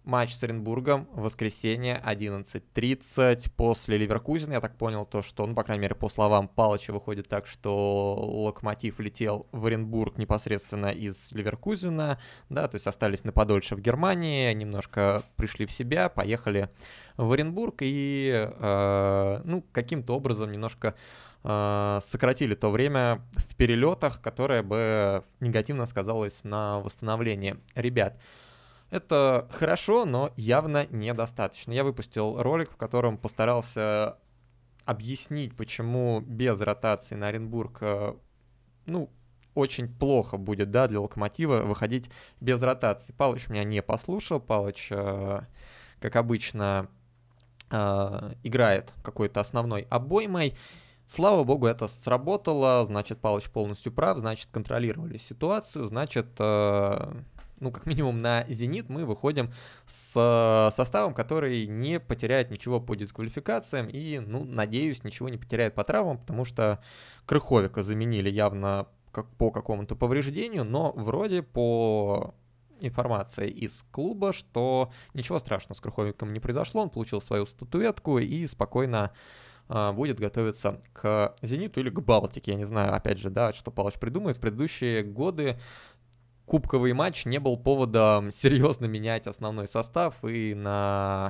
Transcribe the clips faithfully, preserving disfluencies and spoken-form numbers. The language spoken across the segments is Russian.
матч с Оренбургом, воскресенье, одиннадцать тридцать, после Ливеркузена. Я так понял то, что, ну, по крайней мере, по словам Палыча, выходит так, что Локомотив летел в Оренбург непосредственно из Ливеркузена, да, то есть остались на подольше в Германии, немножко пришли в себя, поехали в Оренбург и, э, ну, каким-то образом немножко э, сократили то время в перелетах, которое бы негативно сказалось на восстановлении ребят. Это хорошо, но явно недостаточно. Я выпустил ролик, в котором постарался объяснить, почему без ротации на Оренбург, э, ну, очень плохо будет, да, для Локомотива выходить без ротации. Палыч меня не послушал, Палыч, э, как обычно, э, играет какой-то основной обоймой. Слава богу, это сработало, значит, Палыч полностью прав, значит, контролировали ситуацию, значит, э, ну, как минимум на «Зенит» мы выходим с составом, который не потеряет ничего по дисквалификациям и, ну, надеюсь, ничего не потеряет по травмам, потому что Крыховика заменили явно как по какому-то повреждению, но вроде по информации из клуба, что ничего страшного с Крыховиком не произошло, он получил свою статуэтку и спокойно э, будет готовиться к «Зениту» или к «Балтике», я не знаю, опять же, да, что Палыч придумает. В предыдущие годы кубковый матч не был поводом серьезно менять основной состав, и на,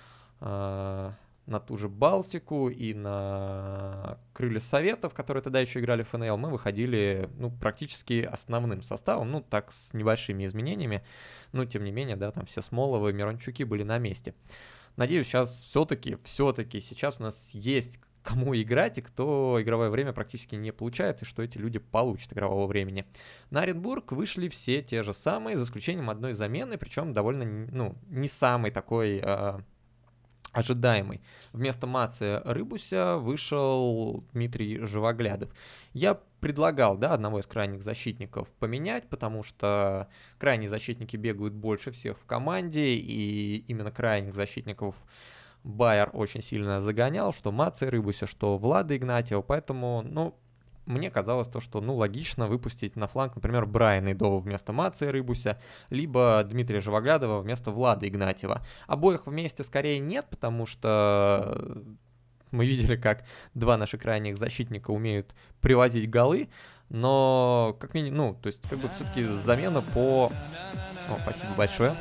э, на ту же Балтику, и на Крылья Советов, которые тогда еще играли в эф эн эл, мы выходили, ну, практически основным составом, ну, так, с небольшими изменениями, но, тем не менее, да, там все Смоловы, Мирончуки были на месте. Надеюсь, сейчас все-таки, все-таки сейчас у нас есть кому играть и кто игровое время практически не получает, и что эти люди получат игрового времени. На Оренбург вышли все те же самые, за исключением одной замены, причем довольно, ну, не самый такой э, ожидаемый. Вместо Мацы Рыбуся вышел Дмитрий Живоглядов. Я предлагал, да, одного из крайних защитников поменять, потому что крайние защитники бегают больше всех в команде, и именно крайних защитников Байер очень сильно загонял, что Маца Рыбуся, что Влада Игнатьева, поэтому, ну, мне казалось то, что, ну, логично выпустить на фланг, например, Брайана Идова вместо Маца Рыбуся, либо Дмитрия Живоглядова вместо Влада Игнатьева. Обоих вместе скорее нет, потому что мы видели, как два наших крайних защитника умеют привозить голы, но, как минимум, ну, то есть, как бы, все-таки замена по... О, спасибо большое.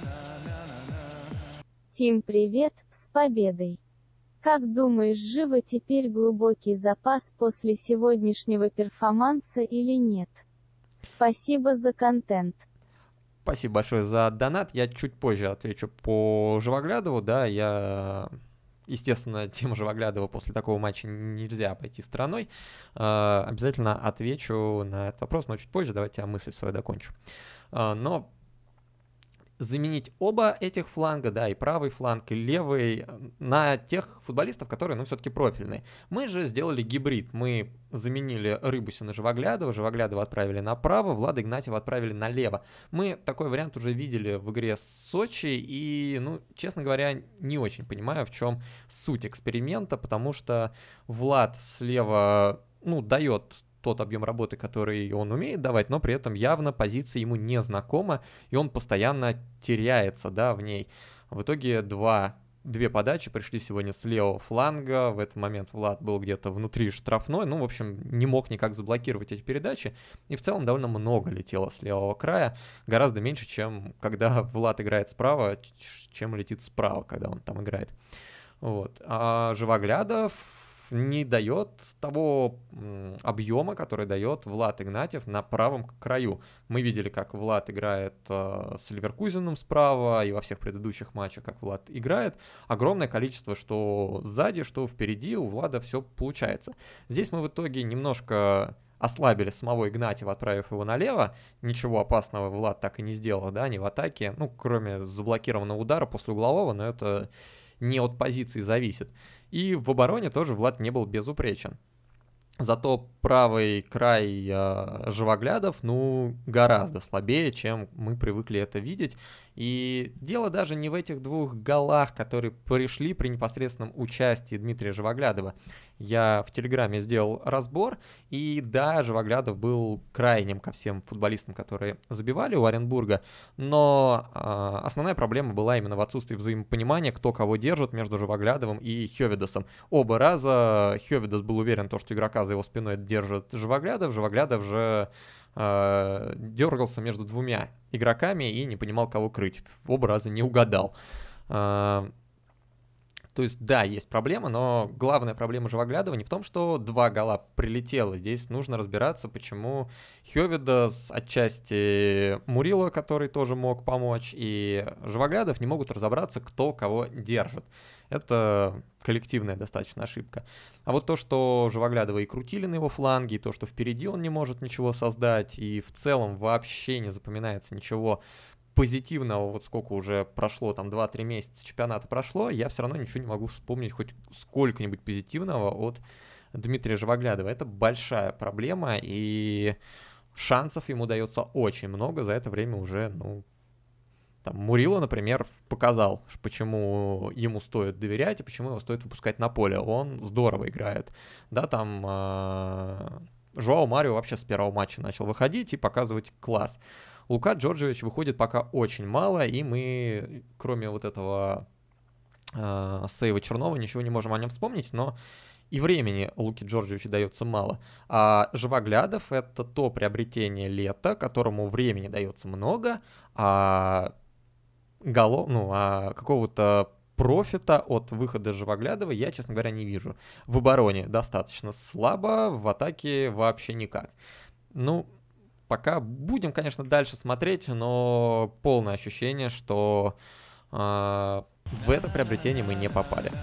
Тим, привет, с победой! Как думаешь, живо теперь глубокий запас после сегодняшнего перформанса или нет? Спасибо за контент. Спасибо большое за донат. Я чуть позже отвечу по Живоглядову, да, я... Естественно, тему Живоглядова после такого матча нельзя обойти стороной. Э, обязательно отвечу на этот вопрос, но чуть позже. Давайте я мысль свою докончу. Э, но заменить оба этих фланга, да, и правый фланг, и левый, на тех футболистов, которые, ну, все-таки профильные. Мы же сделали гибрид. Мы заменили Рыбусю на Живоглядова, Живоглядова отправили направо, Влада Игнатьева отправили налево. Мы такой вариант уже видели в игре с Сочи, и, ну, честно говоря, не очень понимаю, в чем суть эксперимента, потому что Влад слева, ну, дает тот объем работы, который он умеет давать, но при этом явно позиция ему не знакома, и он постоянно теряется, да, в ней. В итоге два, две подачи пришли сегодня с левого фланга, в этот момент Влад был где-то внутри штрафной, ну, в общем, не мог никак заблокировать эти передачи, и в целом довольно много летело с левого края, гораздо меньше, чем когда Влад играет справа, чем летит справа, когда он там играет. Вот. А Живоглядов не дает того объема, который дает Влад Игнатьев на правом краю. Мы видели, как Влад играет э, с Ливеркузеном справа, и во всех предыдущих матчах, как Влад играет. Огромное количество, что сзади, что впереди, у Влада все получается. Здесь мы в итоге немножко ослабили самого Игнатьева, отправив его налево. Ничего опасного Влад так и не сделал, да, ни в атаке, ну, кроме заблокированного удара после углового, но это не от позиции зависит. И в обороне тоже Влад не был безупречен. Зато правый край э, Живоглядов, ну, гораздо слабее, чем мы привыкли это видеть. И дело даже не в этих двух голах, которые пришли при непосредственном участии Дмитрия Живоглядова. Я в Телеграме сделал разбор, и да, Живоглядов был крайним ко всем футболистам, которые забивали у Оренбурга, но э, основная проблема была именно в отсутствии взаимопонимания, кто кого держит между Живоглядовым и Хёведосом. Оба раза Хёведос был уверен, то, что игрока за его спиной держит Живоглядов, Живоглядов же э, дергался между двумя игроками и не понимал, кого крыть. Оба раза не угадал. Э, То есть, да, есть проблема, но главная проблема Живоглядова не в том, что два гола прилетело. Здесь нужно разбираться, почему Хёведос, отчасти Мурило, который тоже мог помочь, и Живоглядов не могут разобраться, кто кого держит. Это коллективная достаточно ошибка. А вот то, что Живоглядова и крутили на его фланге, и то, что впереди он не может ничего создать, и в целом вообще не запоминается ничего позитивного, вот сколько уже прошло, там два-три месяца чемпионата прошло, я все равно ничего не могу вспомнить хоть сколько-нибудь позитивного от Дмитрия Живоглядова. Это большая проблема, и шансов ему дается очень много, за это время уже, ну, там, Мурило, например, показал, почему ему стоит доверять и почему его стоит выпускать на поле. Он здорово играет, да, там... Э- Жоао Марио вообще с первого матча начал выходить и показывать класс. Лука Джорджевич выходит пока очень мало, и мы, кроме вот этого э, сейва Чернова, ничего не можем о нем вспомнить, но и времени Луке Джорджевичу дается мало. А Живоглядов — это то приобретение лета, которому времени дается много, а, голов, ну, а какого-то профита от выхода Живоглядова я, честно говоря, не вижу. В обороне достаточно слабо, в атаке вообще никак. Ну, пока будем, конечно, дальше смотреть, но полное ощущение, что э, в это приобретение мы не попали.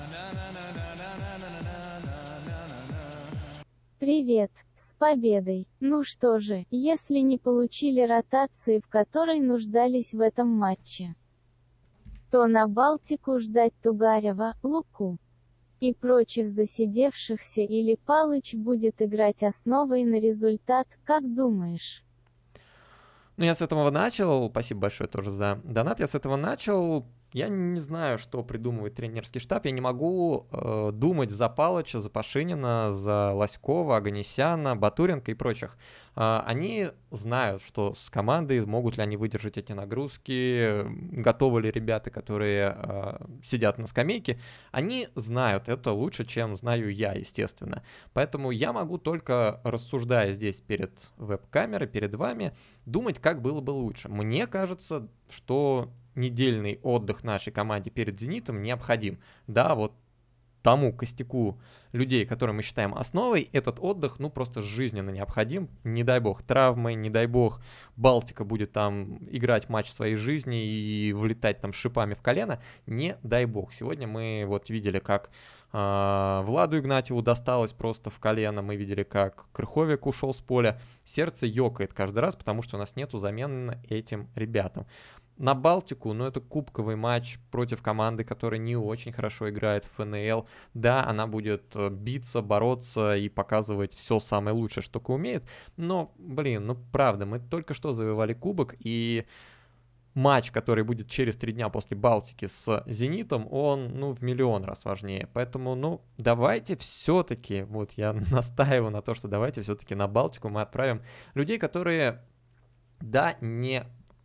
Привет, с победой! Ну что же, если не получили ротации, в которой нуждались в этом матче, то на Балтику ждать Тугарева, Луку и прочих засидевшихся, или Палыч будет играть основой на результат, как думаешь? Ну, я с этого начал. Спасибо большое тоже за донат. Я с этого начал. Я не знаю, что придумывает тренерский штаб. Я не могу э, думать за Палыча, за Пашинина, за Лоськова, Оганесяна, Батуренко и прочих. Э, они знают, что с командой могут ли они выдержать эти нагрузки, готовы ли ребята, которые э, сидят на скамейке. Они знают это лучше, чем знаю я, естественно. Поэтому я могу только, рассуждая здесь перед веб-камерой, перед вами, думать, как было бы лучше. Мне кажется, что недельный отдых нашей команде перед «Зенитом» необходим. Да, вот тому костяку людей, которые мы считаем основой, этот отдых, ну, просто жизненно необходим. Не дай бог травмы, не дай бог Балтика будет там играть матч своей жизни и влетать там шипами в колено. Не дай бог. Сегодня мы вот видели, как э, Владу Игнатьеву досталось просто в колено. Мы видели, как Крыховик ушел с поля. Сердце ёкает каждый раз, потому что у нас нету замены этим ребятам. На Балтику, ну, это кубковый матч против команды, которая не очень хорошо играет в эн эл. Да, она будет биться, бороться и показывать все самое лучшее, что только умеет. Но, блин, ну, правда, мы только что завоевали кубок, и матч, который будет через три дня после Балтики с «Зенитом», он, ну, в миллион раз важнее. Поэтому, ну, давайте все-таки, вот я настаиваю на то, что давайте все-таки на Балтику мы отправим людей, которые, да, не...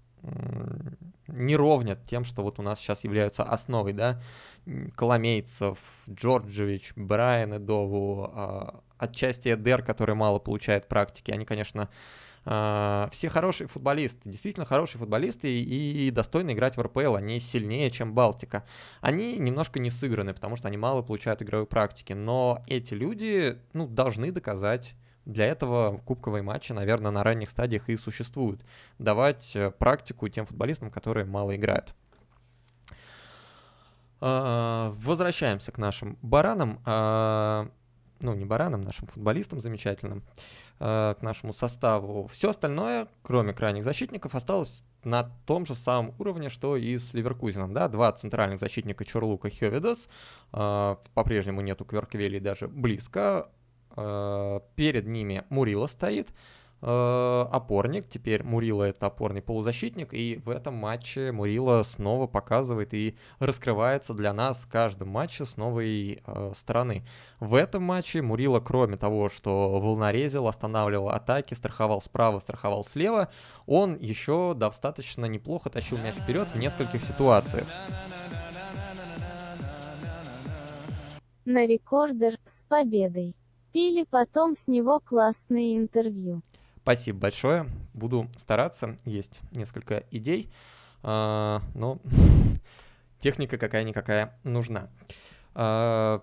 не ровнят тем, что вот у нас сейчас являются основой, да, Коломейцев, Джорджевич, Брайан Эдову, отчасти Эдер, который мало получает практики. Они, конечно, все хорошие футболисты, действительно хорошие футболисты и достойны играть в эр пэ эл, они сильнее, чем Балтика. Они немножко не сыграны, потому что они мало получают игровой практики, но эти люди, ну, должны доказать. Для этого кубковые матчи, наверное, на ранних стадиях и существуют. Давать практику тем футболистам, которые мало играют. Возвращаемся к нашим баранам. Ну, не баранам, нашим футболистам замечательным. К нашему составу. Все остальное, кроме крайних защитников, осталось на том же самом уровне, что и с Ливеркузеном. Да? Два центральных защитника Чорлук и Хёведос. По-прежнему нету Кверквели даже близко. Э, перед ними Мурило стоит, э, опорник. Теперь Мурило — это опорный полузащитник, и в этом матче Мурило снова показывает и раскрывается для нас в каждом матче с новой э, стороны. В этом матче Мурило, кроме того, что волнорезил, останавливал атаки, страховал справа, страховал слева, он еще достаточно неплохо тащил мяч вперед в нескольких ситуациях. На рекордер с победой. Пили потом с него классные интервью. Спасибо большое. Буду стараться. Есть несколько идей. А, но техника какая-никакая нужна. А,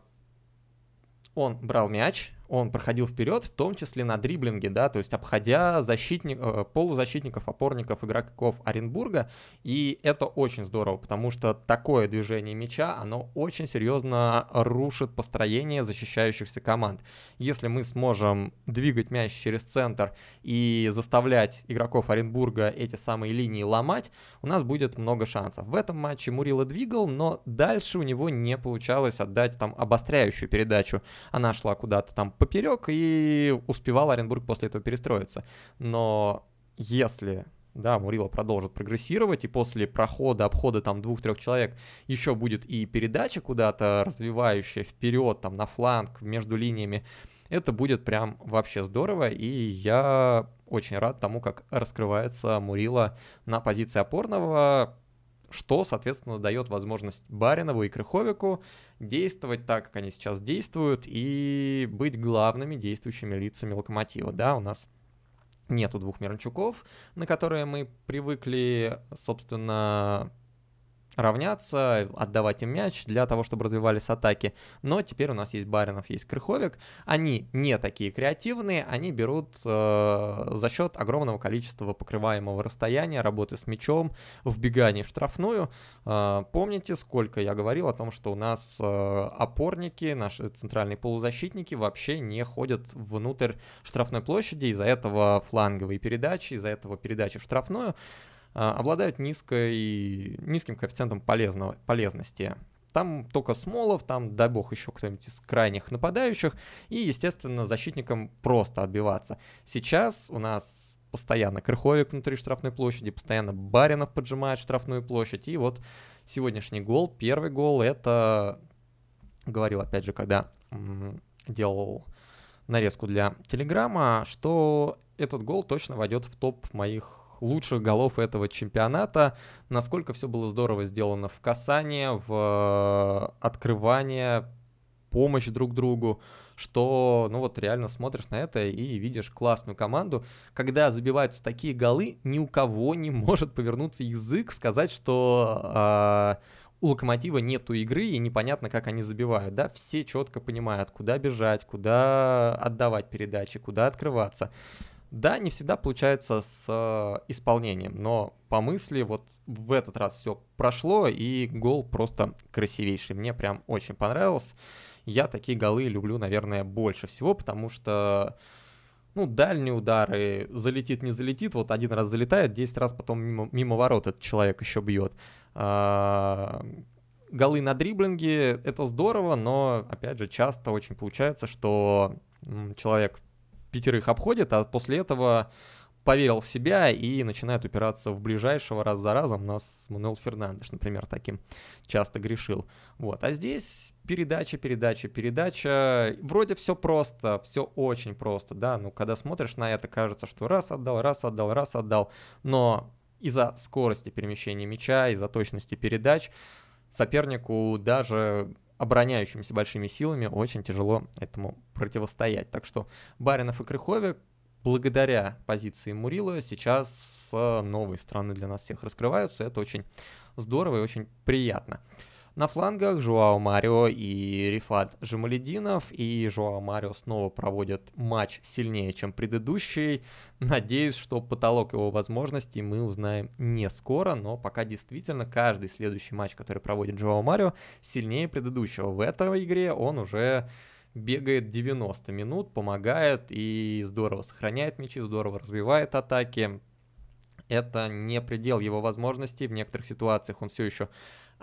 он брал мяч, он проходил вперед, в том числе на дриблинге, да, то есть обходя защитник, полузащитников, опорников, игроков Оренбурга, и это очень здорово, потому что такое движение мяча, оно очень серьезно рушит построение защищающихся команд. Если мы сможем двигать мяч через центр и заставлять игроков Оренбурга эти самые линии ломать, у нас будет много шансов. В этом матче Мурило двигал, но дальше у него не получалось отдать там обостряющую передачу. Она шла куда-то там поперек, и успевал Оренбург после этого перестроиться. Но если, да, Мурило продолжит прогрессировать, и после прохода, обхода там двух-трех человек еще будет и передача куда-то развивающая вперед, там на фланг, между линиями, это будет прям вообще здорово, и я очень рад тому, как раскрывается Мурило на позиции опорного, что, соответственно, дает возможность Баринову и Крыховику действовать так, как они сейчас действуют, и быть главными действующими лицами Локомотива. Да, у нас нету двух Миранчуков, на которые мы привыкли, собственно, равняться, отдавать им мяч для того, чтобы развивались атаки. Но теперь у нас есть Баринов, есть Крыховик. Они не такие креативные, они берут э, за счет огромного количества покрываемого расстояния, работы с мячом, вбегания в штрафную. Э, помните, сколько я говорил о том, что у нас э, опорники, наши центральные полузащитники вообще не ходят внутрь штрафной площади, из-за этого фланговые передачи, из-за этого передачи в штрафную обладают низкой, низким коэффициентом полезного, полезности. Там только Смолов, там, дай бог, еще кто-нибудь из крайних нападающих, и, естественно, защитникам просто отбиваться. Сейчас у нас постоянно Крыховик внутри штрафной площади, постоянно Баринов поджимает штрафную площадь, и вот сегодняшний гол, первый гол, это, говорил опять же, когда м- делал нарезку для Телеграма, что этот гол точно войдет в топ моих лучших голов этого чемпионата. Насколько все было здорово сделано в касание, в открывание, помощь друг другу, что, ну вот реально смотришь на это и видишь классную команду. Когда забиваются такие голы, ни у кого не может повернуться язык сказать, что э, у Локомотива нету игры и непонятно, как они забивают. Да? Все четко понимают, куда бежать, куда отдавать передачи, куда открываться. Да, не всегда получается с э, исполнением, но по мысли вот в этот раз все прошло, и гол просто красивейший. Мне прям очень понравился. Я такие голы люблю, наверное, больше всего, потому что, ну, дальние удары, залетит, не залетит, вот один раз залетает, десять раз потом мимо, мимо ворот этот человек еще бьет. А, голы на дриблинге — это здорово, но, опять же, часто очень получается, что м, человек пятерых обходит, а после этого поверил в себя и начинает упираться в ближайшего раз за разом. У нас Мануэл Фернандеш, например, таким часто грешил. Вот. А здесь передача, передача, передача. Вроде все просто, все очень просто, да. Ну, когда смотришь на это, кажется, что раз отдал, раз отдал, раз отдал. Но из-за скорости перемещения мяча, из-за точности передач сопернику, даже обороняющимися большими силами, очень тяжело этому противостоять. Так что Баринов и Крыховик, благодаря позиции Мурило, сейчас с новой стороны для нас всех раскрываются. Это очень здорово и очень приятно. На флангах Жоао Марио и Рифат Жамалединов, и Жоао Марио снова проводят матч сильнее, чем предыдущий. Надеюсь, что потолок его возможностей мы узнаем не скоро, но пока действительно каждый следующий матч, который проводит Жоао Марио, сильнее предыдущего. В этой игре он уже бегает девяносто минут, помогает и здорово сохраняет мячи, здорово развивает атаки. Это не предел его возможностей. В некоторых ситуациях он все еще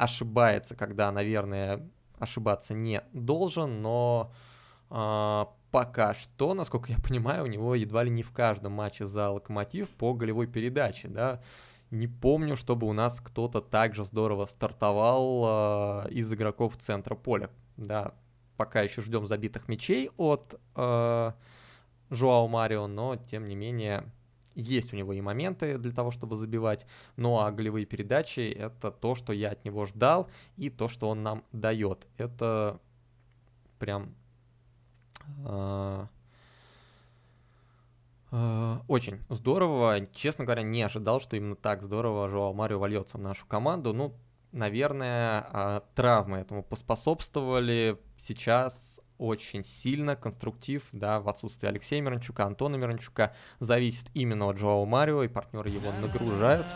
ошибается, когда, наверное, ошибаться не должен, но э, по пока что, насколько я понимаю, у него едва ли не в каждом матче за Локомотив по голевой передаче, да. Не помню, чтобы у нас кто-то так же здорово стартовал э, из игроков центра поля. Да, пока еще ждем забитых мячей от э, Жоао Марио, но тем не менее есть у него и моменты для того, чтобы забивать. Ну а голевые передачи — это то, что я от него ждал, и то, что он нам дает. Это прям э, э, очень здорово. Честно говоря, не ожидал, что именно так здорово Жоао Марио вольется в нашу команду. Ну, наверное, э, травмы этому поспособствовали. Сейчас очень сильно конструктив, да, в отсутствии Алексея Миранчука, Антона Миранчука, зависит именно от Жоао Марио, и партнеры его нагружают.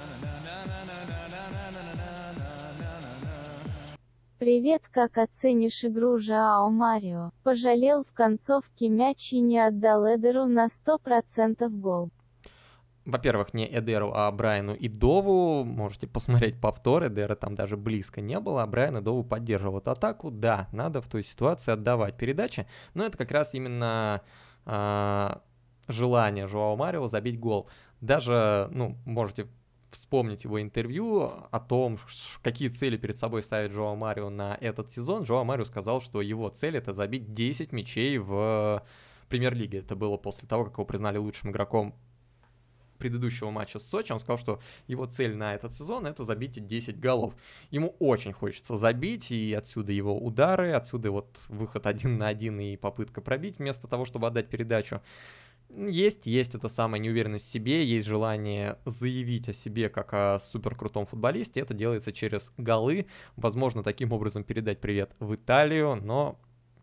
Привет, как оценишь игру Жоао Марио? Пожалел в концовке мяч и не отдал Эдеру на сто процентов гол. Во-первых, не Эдеру, а Брайану и Дову. Можете посмотреть повтор. Эдера там даже близко не было, а Брайан и Дову поддерживал эту атаку. Да, надо в той ситуации отдавать передачи, но это как раз именно э, желание Жоао Марио забить гол. Даже, ну, можете вспомнить его интервью о том, какие цели перед собой ставит Жоао Марио на этот сезон. Жоао Марио сказал, что его цель — это забить десять мячей в Премьер-лиге. Это было после того, как его признали лучшим игроком предыдущего матча с Сочи. Он сказал, что его цель на этот сезон — это забить десять голов. Ему очень хочется забить, и отсюда его удары, отсюда вот выход один на один и попытка пробить вместо того, чтобы отдать передачу. Есть, есть эта самая неуверенность в себе, есть желание заявить о себе как о суперкрутом футболисте. Это делается через голы. Возможно, таким образом передать привет в Италию, но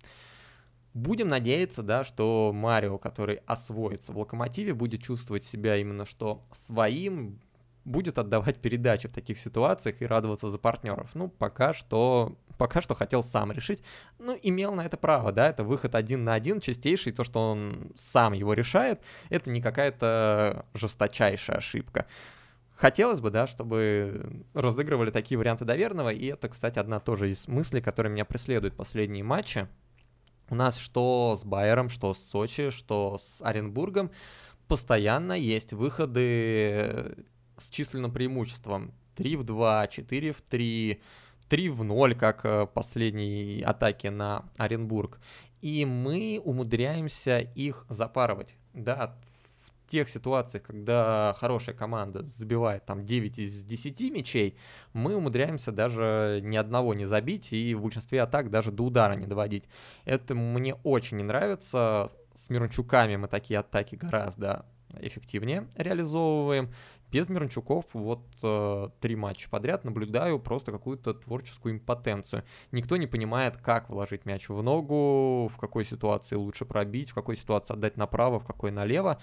будем надеяться, да, что Марио, который освоится в Локомотиве, будет чувствовать себя именно что своим, будет отдавать передачи в таких ситуациях и радоваться за партнеров. Ну, пока что, пока что хотел сам решить. Ну, имел на это право, да, это выход один на один чистейший, то, что он сам его решает, это не какая-то жесточайшая ошибка. Хотелось бы, да, чтобы разыгрывали такие варианты доверного, и это, кстати, одна тоже из мыслей, которые меня преследуют последние матчи. У нас что с Байером, что с Сочи, что с Оренбургом постоянно есть выходы с численным преимуществом. три в два, четыре в три, три в ноль, как последней атаке на Оренбург. И мы умудряемся их запарывать. Да, в тех ситуациях, когда хорошая команда забивает там девять из десяти мячей, мы умудряемся даже ни одного не забить и в большинстве атак даже до удара не доводить. Это мне очень не нравится. С Миранчуками мы такие атаки гораздо эффективнее реализовываем. Без Миранчуков вот э, три матча подряд наблюдаю просто какую-то творческую импотенцию. Никто не понимает, как вложить мяч в ногу, в какой ситуации лучше пробить, в какой ситуации отдать направо, в какой налево.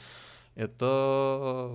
Это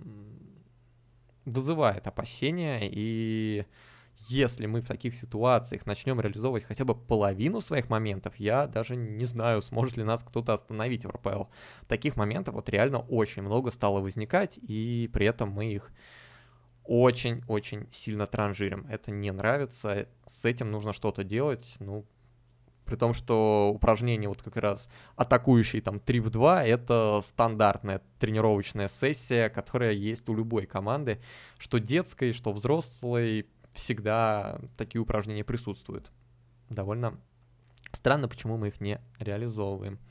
вызывает опасения, и если мы в таких ситуациях начнем реализовывать хотя бы половину своих моментов, я даже не знаю, сможет ли нас кто-то остановить в эр пэ эл. Таких моментов вот реально очень много стало возникать, и при этом мы их очень-очень сильно транжирим. Это не нравится, с этим нужно что-то делать, ну, при том, что упражнение вот как раз атакующий там три в два — это стандартная тренировочная сессия, которая есть у любой команды, что детской, что взрослой, всегда такие упражнения присутствуют. Довольно странно, почему мы их не реализовываем.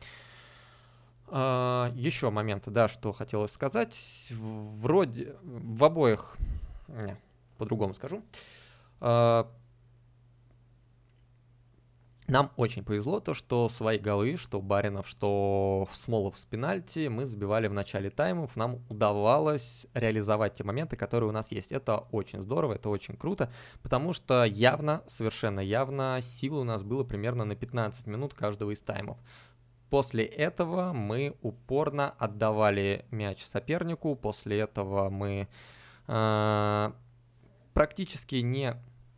А, еще моменты, да, что хотелось сказать. Вроде в обоих... Не, по-другому скажу. А, Нам очень повезло то, что свои голы, что Баринов, что Смолов с пенальти мы забивали в начале таймов. Нам удавалось реализовать те моменты, которые у нас есть. Это очень здорово, это очень круто, потому что явно, совершенно явно, силы у нас было примерно на пятнадцать минут каждого из таймов. После этого мы упорно отдавали мяч сопернику, после этого мы э, практически не...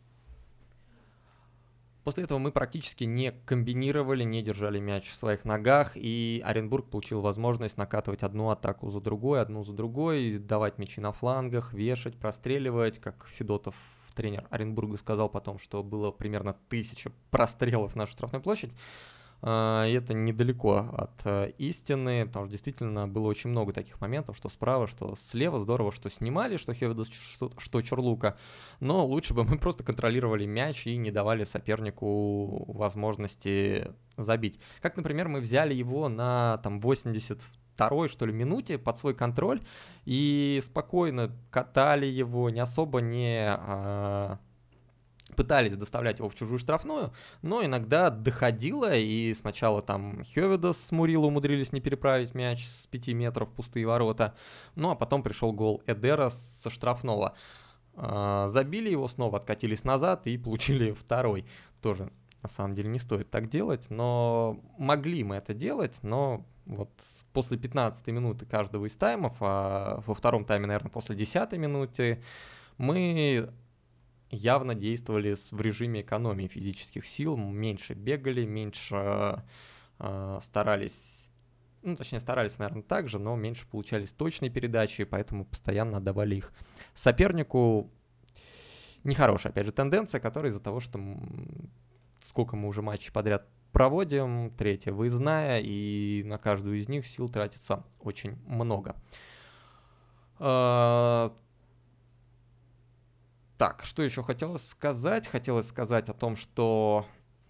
После этого мы практически не комбинировали, не держали мяч в своих ногах, и Оренбург получил возможность накатывать одну атаку за другой, одну за другой, давать мячи на флангах, вешать, простреливать, как Федотов, тренер Оренбурга, сказал потом, что было примерно тысяча прострелов в нашу штрафную площадь. А, и это недалеко от э, истины, потому что действительно было очень много таких моментов, что справа, что слева. Здорово, что снимали, что Хёведос, что, что Чорлука, но лучше бы мы просто контролировали мяч и не давали сопернику возможности забить. Как, например, мы взяли его на там восемьдесят второй, что ли, минуте под свой контроль и спокойно катали его, не особо не... А, пытались доставлять его в чужую штрафную, но иногда доходило, и сначала там Хёведос с Мурило умудрились не переправить мяч с пяти метров в пустые ворота, ну а потом пришел гол Эдера со штрафного. А, забили его снова, откатились назад и получили второй. Тоже, на самом деле, не стоит так делать, но могли мы это делать, но вот после пятнадцатой минуты каждого из таймов, а во втором тайме, наверное, после десятой минуты, мы явно действовали в режиме экономии физических сил, меньше бегали, меньше э, старались, ну, точнее, старались, наверное, так же, но меньше получались точные передачи, поэтому постоянно отдавали их сопернику. Нехорошая, опять же, тенденция, которая из-за того, что сколько мы уже матчей подряд проводим, третья выездная, и на каждую из них сил тратится очень много. Э, Так, что еще хотелось сказать? Хотелось сказать о том, что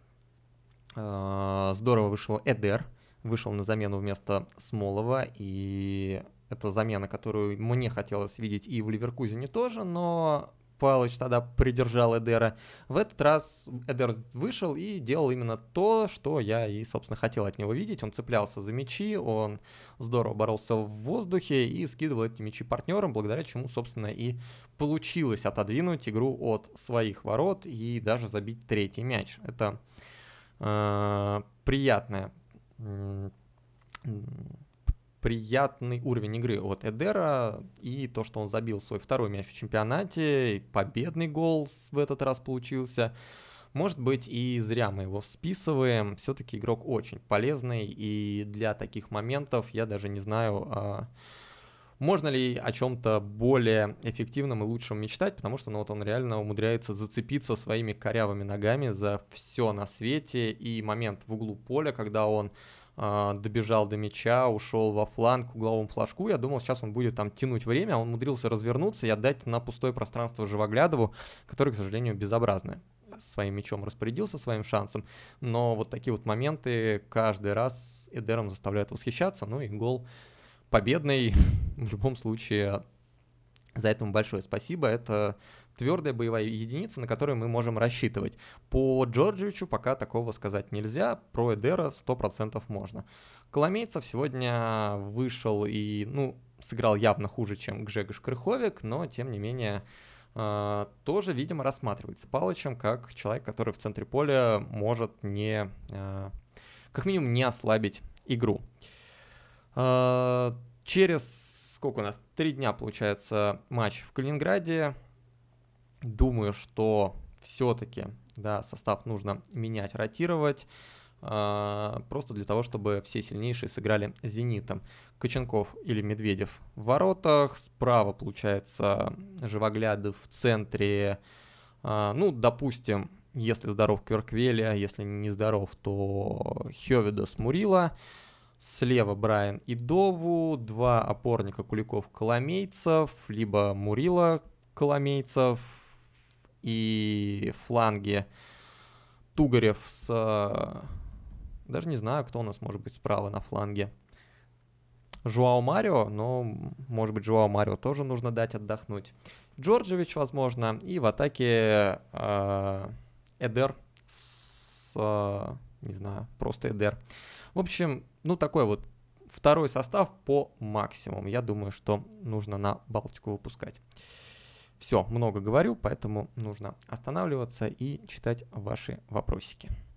э, здорово вышел Эдер, вышел на замену вместо Смолова, и это замена, которую мне хотелось видеть и в Ливеркузене тоже, но Палыч тогда придержал Эдера. В этот раз Эдер вышел и делал именно то, что я и, собственно, хотел от него видеть. Он цеплялся за мячи, он здорово боролся в воздухе и скидывал эти мячи партнерам, благодаря чему, собственно, и получилось отодвинуть игру от своих ворот и даже забить третий мяч. Это э, приятное... Э, приятный уровень игры от Эдера, и то, что он забил свой второй мяч в чемпионате, победный гол в этот раз получился. Может быть, и зря мы его списываем, все-таки игрок очень полезный, и для таких моментов я даже не знаю, а можно ли о чем-то более эффективном и лучшем мечтать, потому что ну, вот он реально умудряется зацепиться своими корявыми ногами за все на свете, и момент в углу поля, когда он добежал до мяча, ушел во фланг к угловому флажку. Я думал, сейчас он будет там тянуть время, а он умудрился развернуться и отдать на пустое пространство Живоглядову, который, к сожалению, безобразно своим мячом распорядился, своим шансом. Но вот такие вот моменты каждый раз Эдером заставляют восхищаться. Ну и гол победный. В любом случае, за это ему большое спасибо. Это твердая боевая единица, на которую мы можем рассчитывать. По Джорджевичу пока такого сказать нельзя, про Эдера сто процентов можно. Коломейцев сегодня вышел и, ну, сыграл явно хуже, чем Гжегош Крыховик, но, тем не менее, э, тоже, видимо, рассматривается Палычем как человек, который в центре поля может не, э, как минимум, не ослабить игру. Э, через, сколько у нас, три дня, получается, матч в Калининграде. Думаю, что все-таки, да, состав нужно менять, ротировать, э, просто для того, чтобы все сильнейшие сыграли с «Зенитом». Коченков или Медведев в воротах, справа, получается, Живоглядов в центре, э, ну, допустим, если здоров Кверквеля, если не здоров, то Хёведос, Мурило. Слева Брайан и Дову, два опорника Куликов, Коломейцев, либо Мурило, Коломейцев, и фланги Тугарев с... Даже не знаю, кто у нас может быть справа на фланге. Жуао Марио, но, может быть, Жуао Марио тоже нужно дать отдохнуть. Джорджевич, возможно, и в атаке э, Эдер с... Э, не знаю, просто Эдер. В общем, ну такой вот второй состав по максимуму. Я думаю, что нужно на Балтику выпускать. Все, много говорю, поэтому нужно останавливаться и читать ваши вопросики.